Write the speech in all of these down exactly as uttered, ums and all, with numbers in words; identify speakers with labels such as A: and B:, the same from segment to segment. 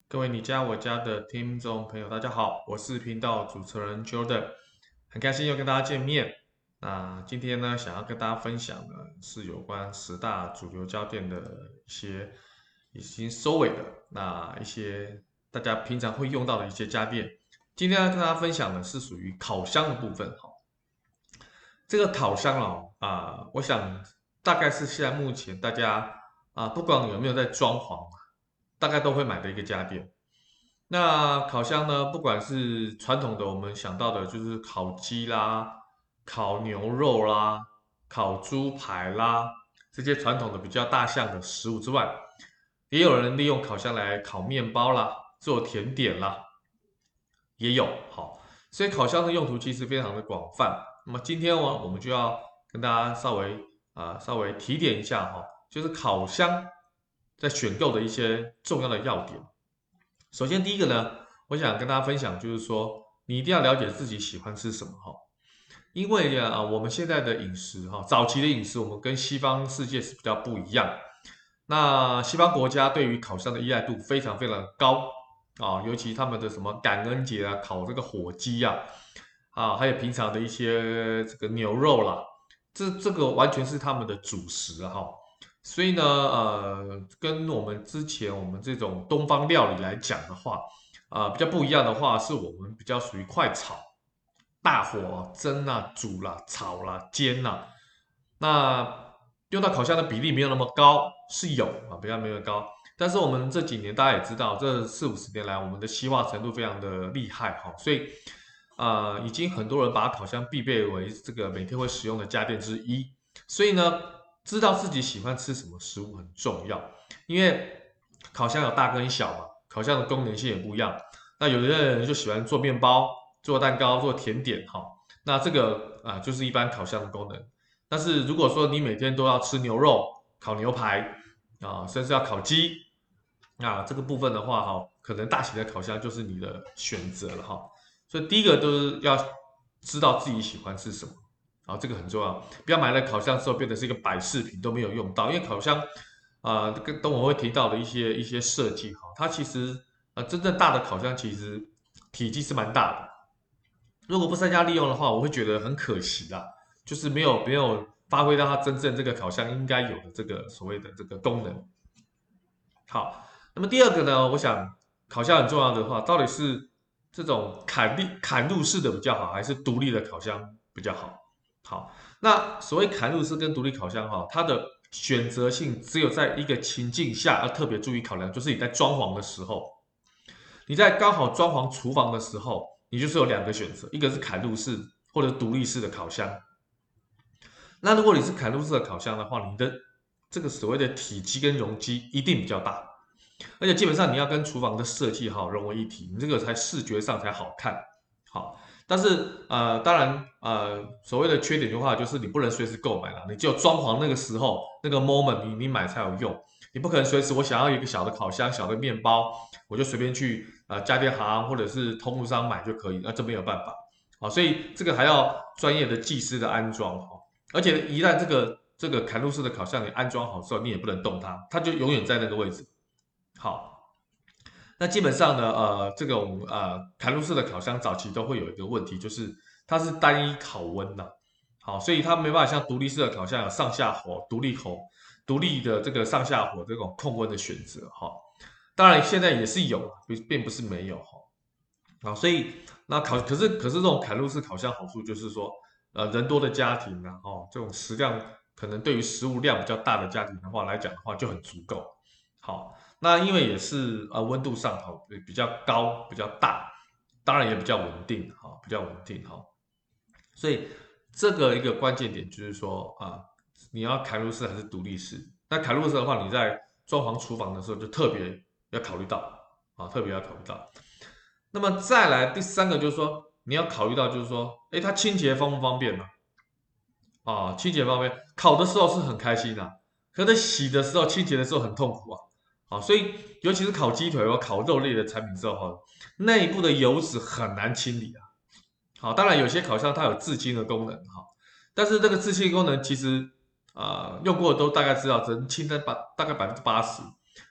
A: 各位你家我家的听众朋友，大家好，我是频道主持人 Jordan，很开心又跟大家见面。那今天呢，想要跟大家分享的是有关十大主流家电的一些已经收尾的那一些大家平常会用到的一些家电。今天要跟大家分享的是属于烤箱的部分。哈，这个烤箱哦，啊、我想大概是现在目前大家啊、不管有没有在装潢，大概都会买的一个家电。那烤箱呢，不管是传统的我们想到的，就是烤鸡啦、烤牛肉啦、烤猪排啦，这些传统的比较大项的食物之外，也有人利用烤箱来烤面包啦、做甜点啦，也有。好，所以烤箱的用途其实非常的广泛。那么今天呢，我们就要跟大家稍微啊、稍微提点一下哈，就是烤箱在选购的一些重要的要点。首先第一个呢，我想跟大家分享，就是说你一定要了解自己喜欢吃什么哈，因为啊，我们现在的饮食哈，早期的饮食我们跟西方世界是比较不一样。那西方国家对于烤箱的依赖度非常非常的高啊，尤其他们的什么感恩节啊，烤这个火鸡呀，啊，还有平常的一些这个牛肉啦，这这个完全是他们的主食啊哈。所以呢，呃，跟我们之前我们这种东方料理来讲的话，啊、比较不一样的话，是我们比较属于快炒、大火蒸啊、煮啦、炒啦、煎啦。那用到烤箱的比例没有那么高，是有啊，比较没有高。但是我们这几年大家也知道，这四五十年来，我们的西化程度非常的厉害哈，所以啊、呃已经很多人把烤箱必备为这个每天会使用的家电之一。所以呢，知道自己喜欢吃什么食物很重要，因为烤箱有大跟小嘛，烤箱的功能性也不一样。那有的人就喜欢做面包、做蛋糕、做甜点哈，那这个啊、就是一般烤箱的功能。但是如果说你每天都要吃牛肉、烤牛排啊，甚至要烤鸡，啊，这个部分的话哈，可能大型的烤箱就是你的选择了哈。所以第一个都是要知道自己喜欢吃什么，啊，这个很重要，不要买了烤箱之后变成是一个摆饰品都没有用到，因为烤箱啊，这个等我会提到的一些一些设计哈，它其实呃真正大的烤箱其实体积是蛮大的，如果不善加利用的话，我会觉得很可惜啦，就是没有没有发挥到它真正这个烤箱应该有的这个所谓的这个功能。好，那么第二个呢，我想烤箱很重要的话，到底是这种砍立砍入式的比较好，还是独立的烤箱比较好？好，那所谓砍入式跟独立烤箱哈，它的选择性只有在一个情境下要特别注意考量，就是你在装潢的时候，你在刚好装潢厨房的时候，你就是有两个选择，一个是砍入式或者独立式的烤箱。那如果你是砍入式的烤箱的话，你的这个所谓的体积跟容积一定比较大。而且基本上你要跟厨房的设计好融为一体，你这个才视觉上才好看。好，但是呃，当然呃，所谓的缺点的话，就是你不能随时购买了，你只有装潢那个时候那个 moment 你你买才有用，你不可能随时我想要一个小的烤箱、小的面包，我就随便去呃家电行或者是通路商买就可以，那这没有办法。好，所以这个还要专业的技师的安装哈，而且一旦这个这个凯路式的烤箱你安装好之后，你也不能动它，它就永远在那个位置。好，那基本上呢，呃，这种呃凯路式的烤箱早期都会有一个问题，就是它是单一烤温呐、好，所以它没办法像独立式的烤箱有上下火、独立火、独立的这个上下火这种控温的选择哈。当然现在也是有，并并不是没有哈。啊，所以那烤可是可是这种凯路式烤箱好处就是说，呃，人多的家庭啊，哦，这种食量可能对于食物量比较大的家庭的话来讲的话就很足够。好，那因为也是呃温度上哈比较高比较大，当然也比较稳定哈，比较稳定哈。所以这个一个关键点就是说啊，你要凯路式还是独立式？那凯路式的话，你在装潢厨房的时候就特别要考虑到啊，特别要考虑到。那么再来第三个就是说，你要考虑到就是说，诶，它清洁方不方便呢？啊，清洁方面，烤的时候是很开心的，可是洗的时候、清洁的时候很痛苦啊。好，所以尤其是烤鸡腿或烤肉类的产品之后，哈，内部的油脂很难清理啊。好，当然有些烤箱它有自清的功能哈，但是这个自清功能其实啊、呃用过的都大概知道，只能清在百大概百分之八十。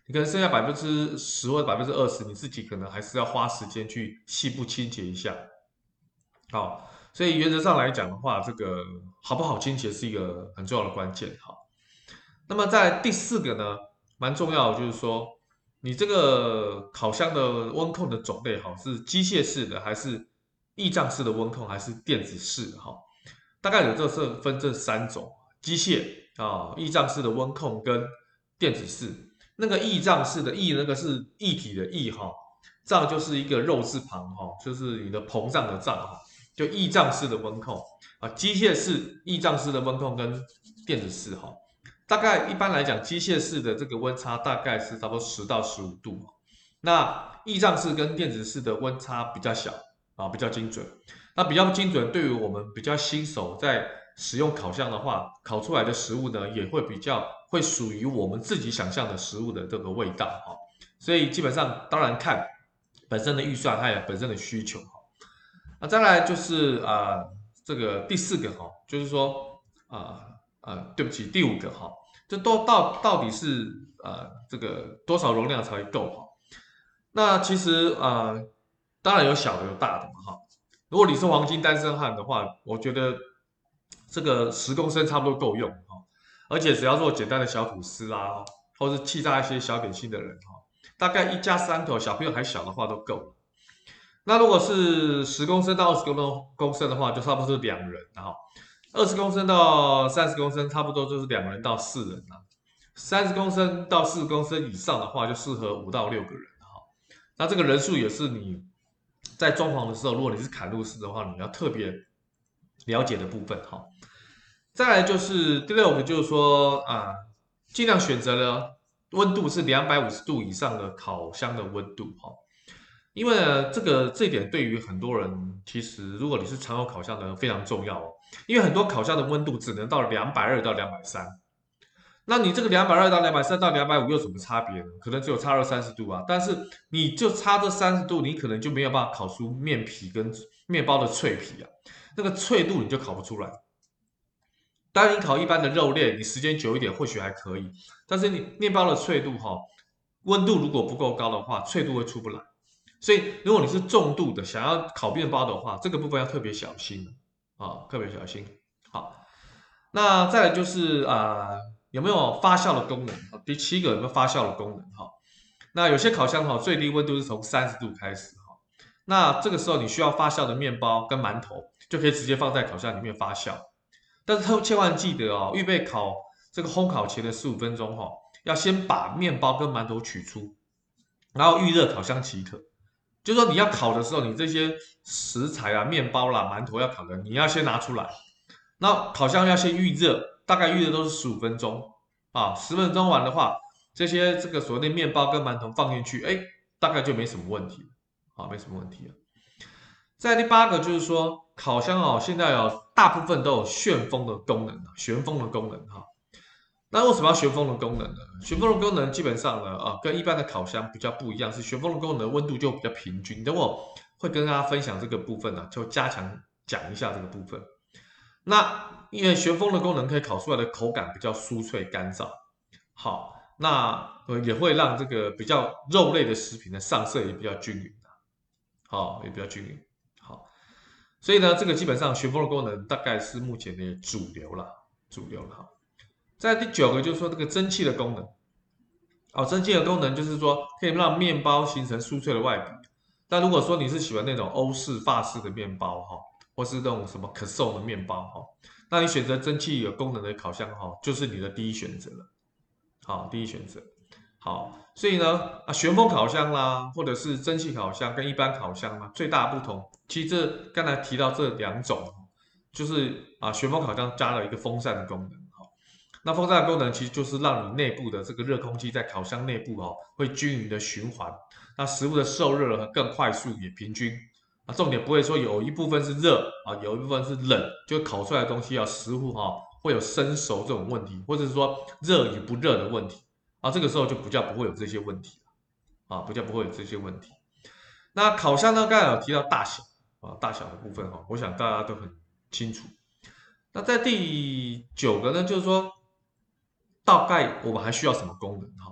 A: 你可能剩下百分之十或者百分之二十，你自己可能还是要花时间去细部清洁一下。好，所以原则上来讲的话，这个好不好清洁是一个很重要的关键。好，那么在第四个呢，蛮重要的就是说，你这个烤箱的温控的种类，哈，是机械式的还是异胀式的温控，还是电子式的？哈，大概有这是分这三种：机械啊、异胀式的温控跟电子式。那个异胀式的异，那个是液体的液哈，胀就是一个肉字旁哈，就是你的膨胀的胀哈，就异胀式的温控啊，机械式异胀式的温控跟电子式哈。大概一般来讲，机械式的这个温差大概是差不多十到十五度，那异胀式跟电子式的温差比较小啊，比较精准。那比较精准，对于我们比较新手在使用烤箱的话，烤出来的食物呢，也会比较会属于我们自己想象的食物的这个味道哈。所以基本上，当然看本身的预算还有本身的需求哈。那再来就是啊、呃这个第四个哈，就是说啊啊、呃对不起，第五个哈，这都到到底是呃这个多少容量才会够哈？那其实呃当然有小的有大的嘛哈。如果你是黄金单身汉的话，我觉得这个十公升差不多够用哈，而且只要做简单的小吐司啦，或是气炸一些小点心的人哈，大概一家三口，小朋友还小的话都够。那如果是十公升到二十公公升的话，就差不多是两人哈。二十公升到三十公升，差不多就是两人到四人了。三十公升到四十公升以上的话，就适合五到六个人哈。那这个人数也是你在装潢的时候，如果你是砍入式的话，你要特别了解的部分哈。再来就是第六个，就是说啊，尽量选择了温度是两百五十度以上的烤箱的温度哈。因为呢，这个这一点对于很多人，其实如果你是常用烤箱的人非常重要哦。因为很多烤箱的温度只能到两百二到两百三，那你这个两百二到两百三到两百五有什么差别呢？可能只有差二三十度啊，但是你就差这三十度，你可能就没有办法烤出面皮跟面包的脆皮啊，那个脆度你就烤不出来。当然，你烤一般的肉类，你时间久一点或许还可以，但是你面包的脆度哈、温度如果不够高的话，脆度会出不来。所以，如果你是重度的想要烤面包的话，这个部分要特别小心啊，特别小心。好，那再来就是啊、呃有没有发酵的功能？第七个有没有发酵的功能？哈，那有些烤箱哈，最低温度是从三十度开始哈，那这个时候你需要发酵的面包跟馒头就可以直接放在烤箱里面发酵。但是千万记得哦，预备烤这个烘烤前的十五分钟哈、要先把面包跟馒头取出，然后预热烤箱即可。就是说你要烤的时候，你这些食材啊、面包啦、馒头要烤的，你要先拿出来。那烤箱要先预热，大概预热都是十五分钟啊，十分钟完的话，这些这个所谓的面包跟馒头放进去，哎，大概就没什么问题啊，没什么问题了。再第八个就是说，烤箱哦，现在哦，大部分都有旋风的功能旋风的功能哈。那为什么要旋风的功能呢？旋风的功能基本上呢，啊，跟一般的烤箱比较不一样，是旋风的功能温度就比较平均。等我会跟大家分享这个部分呢、就加强讲一下这个部分。那因为旋风的功能可以烤出来的口感比较酥脆干燥，好，那呃也会让这个比较肉类的食品的上色也比较均匀，好，也比较均匀，好，所以呢，这个基本上旋风的功能大概是目前的主流了，主流了哈。在第九个就是说这个蒸汽的功能，哦，蒸汽的功能就是说可以让面包形成酥脆的外皮。但如果说你是喜欢那种欧式、法式的面包哈，或是那种什么可颂的面包哈，那你选择蒸汽有功能的烤箱哈，就是你的第一选择了。好，第一选择。好，所以呢，啊，旋风烤箱啦，或者是蒸汽烤箱跟一般烤箱呢，最大的不同，其实这刚才提到这两种，就是啊，旋风烤箱加了一个风扇的功能。那风扇的功能其实就是让你内部的这个热空气在烤箱内部哦，会均匀的循环，那食物的受热更快速也平均。啊，重点不会说有一部分是热啊，有一部分是冷，就烤出来的东西啊，食物哈、会有生熟这种问题，或者是说热与不热的问题啊，这个时候就不叫不会有这些问题啊，不叫不会有这些问题。那烤箱呢，刚才有提到大小啊，大小的部分哈、我想大家都很清楚。那在第九个呢，就是说大概我们还需要什么功能哈？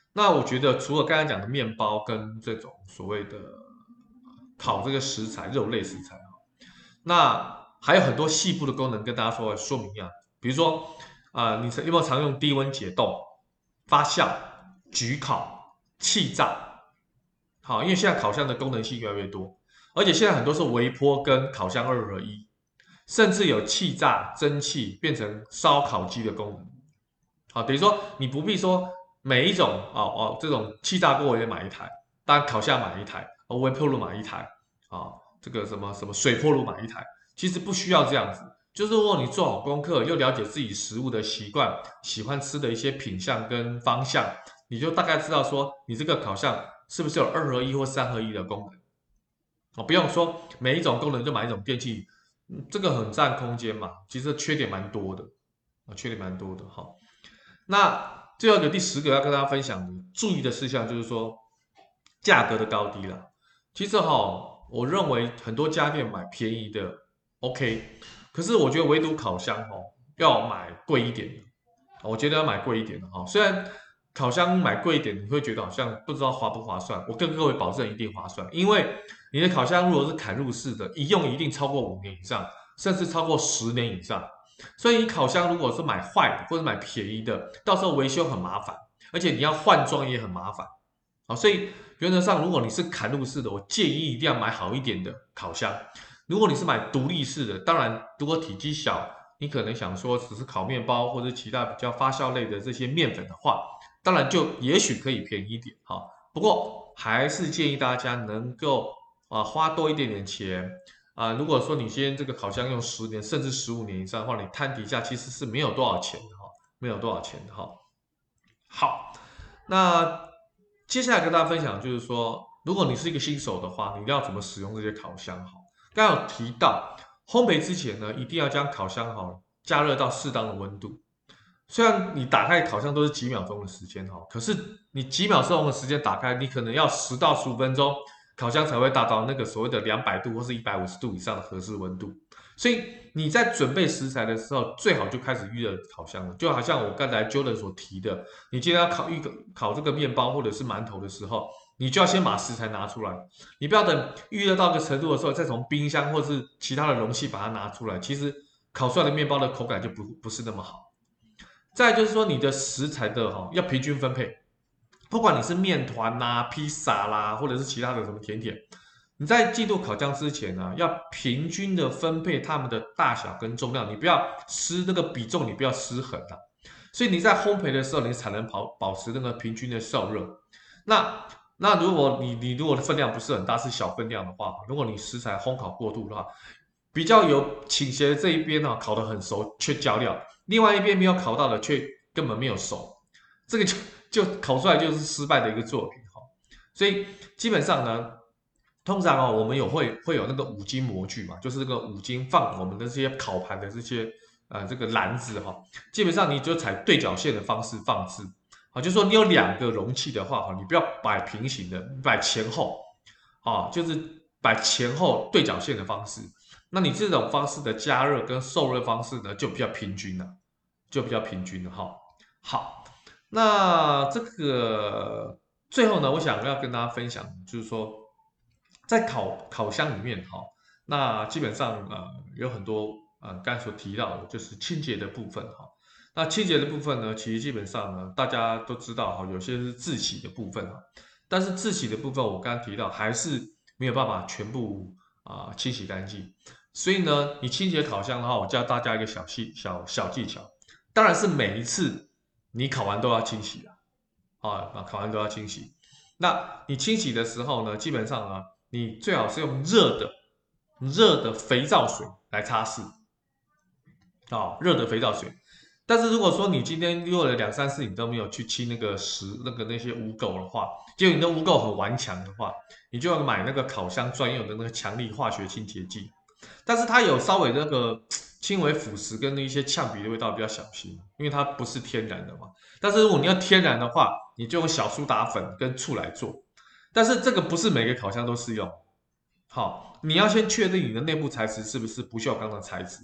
A: 那我觉得除了刚才讲的面包跟这种所谓的烤这个食材、肉类食材，那还有很多细部的功能跟大家说说明一下。比如说，啊、呃你有没有常用低温解冻、发酵、焗烤、气炸？好，因为现在烤箱的功能性越来越多，而且现在很多是微波跟烤箱二合一，甚至有气炸、蒸汽变成烧烤机的功能。好，等于说你不必说每一种哦哦这种气炸锅我也买一台，当然烤箱买一台，哦微波炉买一台，啊、哦、这个什么什么水波炉买一台，其实不需要这样子。就是如果你做好功课，又了解自己食物的习惯，喜欢吃的一些品相跟方向，你就大概知道说你这个烤箱是不是有二合一或三合一的功能。哦，不用说每一种功能就买一种电器，嗯这个很占空间嘛，其实缺点蛮多的，啊，缺点蛮多的哈。那最后一个第十个要跟大家分享的注意的事项就是说价格的高低啦。其实哈，我认为很多家电买便宜的 OK，可是我觉得唯独烤箱哈要买贵一点的，我觉得要买贵一点的哈。虽然烤箱买贵一点，你会觉得好像不知道划不划算，我跟各位保证一定划算，因为你的烤箱如果是砍入式的，一用一定超过五年以上，甚至超过十年以上。所以你烤箱如果是买坏的或者买便宜的，到时候维修很麻烦，而且你要换装也很麻烦。好，所以原则上如果你是砍入式的，我建议一定要买好一点的烤箱。如果你是买独立式的，当然如果体积小，你可能想说只是烤面包或者其他比较发酵类的这些面粉的话，当然就也许可以便宜一点哈。不过还是建议大家能够啊花多一点点钱啊。如果说你今天这个烤箱用十年甚至十五年以上的话，你摊底下其实是没有多少钱的哈，没有多少钱的哈。好，那接下来跟大家分享就是说，如果你是一个新手的话，你要怎么使用这些烤箱哈？刚刚有提到，烘焙之前呢，一定要将烤箱哈加热到适当的温度。虽然你打开烤箱都是几秒钟的时间哈，可是你几秒钟的时间打开，你可能要十到十五分钟，烤箱才会达到那个所谓的两百度或是一百五十度以上的合适温度。所以你在准备食材的时候，最好就开始预热烤箱了。就好像我刚才 Jordan 所提的，你今天要烤一个烤这个面包或者是馒头的时候，你就要先把食材拿出来，你不要等预热到个程度的时候，再从冰箱或是其他的容器把它拿出来。其实烤出来的面包的口感就不不是那么好。再就是说，你的食材的哈要平均分配，不管你是面团啦、披萨啦，或者是其他的什么甜点，你在进入烤箱之前呢，要平均的分配它们的大小跟重量，你不要失那个比重，你不要失衡啊。所以你在烘焙的时候，你才能保保持那个平均的受热。那那如果你你如果的分量不是很大，是小分量的话，如果你食材烘烤过度的话，比较有倾斜的这一边呢、啊，烤得很熟却焦掉，另外一边没有烤到的却根本没有熟，这个就就烤出来就是失败的一个作品哈。所以基本上呢，通常哦，我们有会会有那个五金模具嘛，就是这个五金放我们的这些烤盘的这些呃这个篮子哈，基本上你就采对角线的方式放置。好，就是说你有两个容器的话，哈，你不要摆平行的，摆前后，啊，就是摆前后对角线的方式。那你这种方式的加热跟受热方式呢，就比较平均了，就比较平均了哈。好，那这个最后呢，我想要跟大家分享，就是说，在烤烤箱里面哈，那基本上呃有很多呃刚才所提到的，就是清洁的部分哈。那清洁的部分呢，其实基本上呢，大家都知道哈，有些是自洗的部分哈，但是自洗的部分我刚刚提到还是没有办法全部啊、呃清洗干净。所以呢，你清洁烤箱的话，我教大家一个小细小小技巧，当然是每一次你烤完都要清洗的啊，烤完都要清洗。那你清洗的时候呢，基本上呢，你最好是用热的热的肥皂水来擦拭啊，热的肥皂水。但是如果说你今天用了两三次，你都没有去清那个石那个那些污垢的话，结果你的污垢很顽强的话，你就要买那个烤箱专用的那个强力化学清洁剂。但是它有稍微那个轻微腐蚀跟那一些呛鼻的味道，比较小心，因为它不是天然的嘛。但是如果你要天然的话，你就用小苏打粉跟醋来做。但是这个不是每个烤箱都适用。好，你要先确定你的内部材质是不是不锈钢的材质。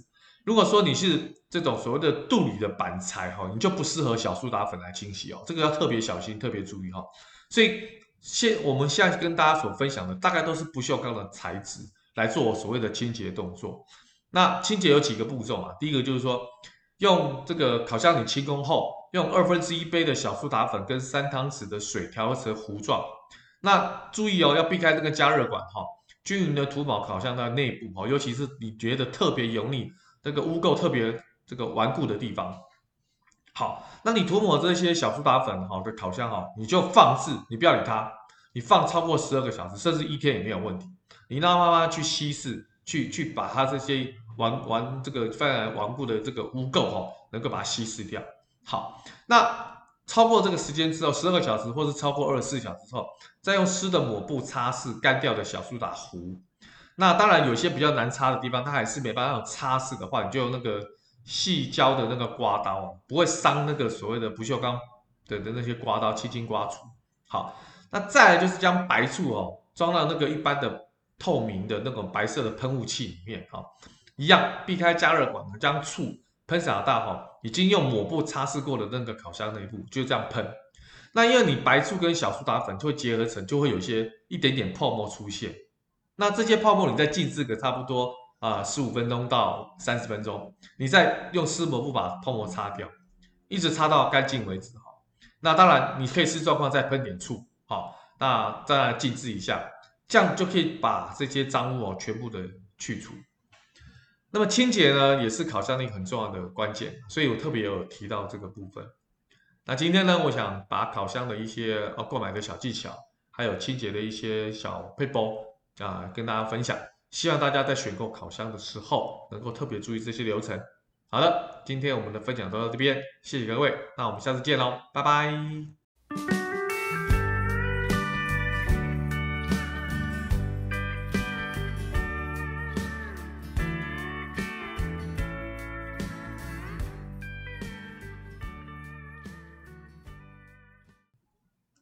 A: 如果说你是这种所谓的镀铝的板材哈，你就不适合小苏打粉来清洗哦，这个要特别小心，特别注意哈。所以现我们现在跟大家所分享的，大概都是不锈钢的材质来做所谓的清洁动作。那清洁有几个步骤啊？第一个就是说，用这个烤箱里清空后，用二分之一杯的小苏打粉跟三汤匙的水调成糊状。那注意哦，要避开这个加热管哈，均匀的涂抹烤箱的内部哦，尤其是你觉得特别油腻、这个污垢特别这个顽固的地方。好，那你涂抹这些小苏打粉好的烤箱哈，你就放置，你不要理它，你放超过十二个小时，甚至一天也没有问题。你让它慢慢去稀释，去去把它这些顽顽这个非常顽固的这个污垢哈，能够把它稀释掉。好，那超过这个时间之后，十二个小时或是超过二十四小时之后，再用湿的抹布擦拭干掉的小苏打糊。那当然有些比较难擦的地方，它还是没办法擦拭的话，你就用那个细胶的那个刮刀哦，不会伤那个所谓的不锈钢的的那些刮刀，轻轻刮除。好，那再来就是将白醋哦装到那个一般的透明的那种白色的喷雾器里面哈、哦，一样避开加热管，将醋喷洒到哈已经用抹布擦拭过的那个烤箱内部，就这样喷。那因为你白醋跟小苏打粉就会结合成，就会有一些一点点泡沫出现。那这些泡沫你再静置个差不多啊十五分钟到三十分钟，你再用湿抹布把泡沫擦掉，一直擦到干净为止哈。那当然你可以视状况再喷点醋，好，那再静置一下，这样就可以把这些脏物哦全部的去除。那么清洁呢也是烤箱里很重要的关键，所以我特别有提到这个部分。那今天呢，我想把烤箱的一些呃购买的小技巧，还有清洁的一些小配包啊，跟大家分享。希望大家在选购烤箱的时候，能够特别注意这些流程。好了，今天我们的分享就到这边，谢谢各位，那我们下次见喽，拜拜。